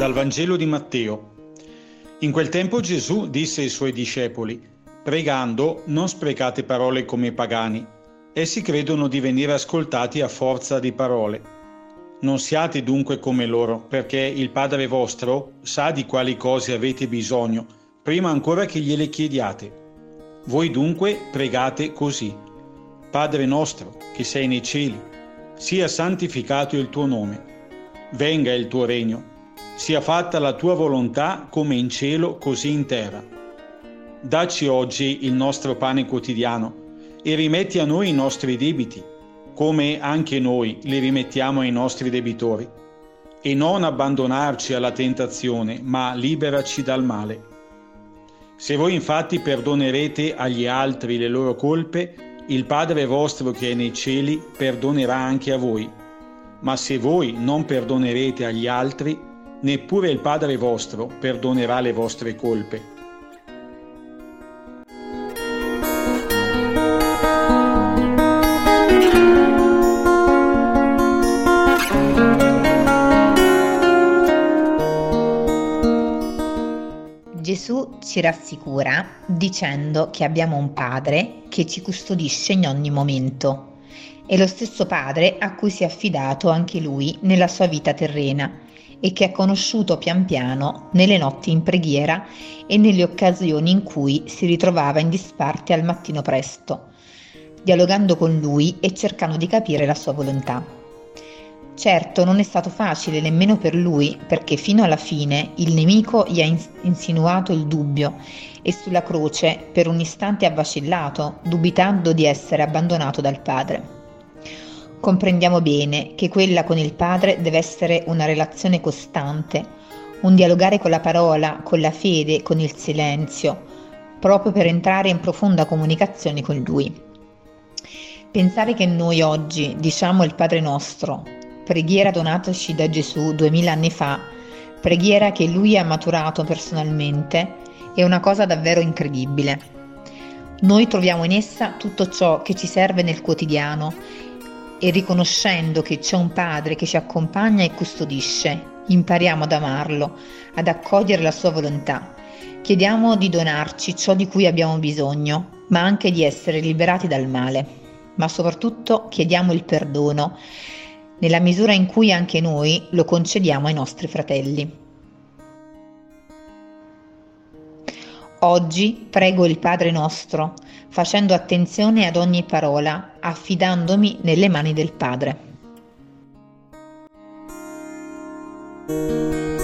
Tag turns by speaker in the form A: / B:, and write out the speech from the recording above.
A: Dal Vangelo di Matteo. In quel tempo Gesù disse ai suoi discepoli: pregando, non sprecate parole come i pagani. Essi credono di venire ascoltati a forza di parole. Non siate dunque come loro, perché il Padre vostro sa di quali cose avete bisogno, prima ancora che gliele chiediate. Voi dunque pregate così: Padre nostro, che sei nei cieli, sia santificato il tuo nome. Venga il tuo regno, sia fatta la tua volontà come in cielo così in terra. Dacci oggi il nostro pane quotidiano e rimetti a noi i nostri debiti, come anche noi li rimettiamo ai nostri debitori. E non abbandonarci alla tentazione, ma liberaci dal male. Se voi infatti perdonerete agli altri le loro colpe, il Padre vostro che è nei cieli perdonerà anche a voi. Ma se voi non perdonerete agli altri, neppure il Padre vostro perdonerà le vostre colpe.
B: Gesù ci rassicura dicendo che abbiamo un Padre che ci custodisce in ogni momento. È lo stesso Padre a cui si è affidato anche Lui nella sua vita terrena e che ha conosciuto pian piano nelle notti in preghiera e nelle occasioni in cui si ritrovava in disparte al mattino presto, dialogando con Lui e cercando di capire la sua volontà. Certo, non è stato facile nemmeno per Lui, perché fino alla fine il nemico gli ha insinuato il dubbio e sulla croce per un istante ha vacillato, dubitando di essere abbandonato dal Padre. Comprendiamo bene che quella con il Padre deve essere una relazione costante, un dialogare con la parola, con la fede, con il silenzio, proprio per entrare in profonda comunicazione con Lui. Pensare che noi oggi diciamo il Padre nostro, preghiera donataci da Gesù 2000 anni fa, preghiera che Lui ha maturato personalmente, è una cosa davvero incredibile. Noi troviamo in essa tutto ciò che ci serve nel quotidiano e riconoscendo che c'è un Padre che ci accompagna e custodisce, impariamo ad amarlo, ad accogliere la sua volontà. Chiediamo di donarci ciò di cui abbiamo bisogno, ma anche di essere liberati dal male. Ma soprattutto chiediamo il perdono, nella misura in cui anche noi lo concediamo ai nostri fratelli. Oggi prego il Padre nostro, facendo attenzione ad ogni parola, affidandomi nelle mani del Padre.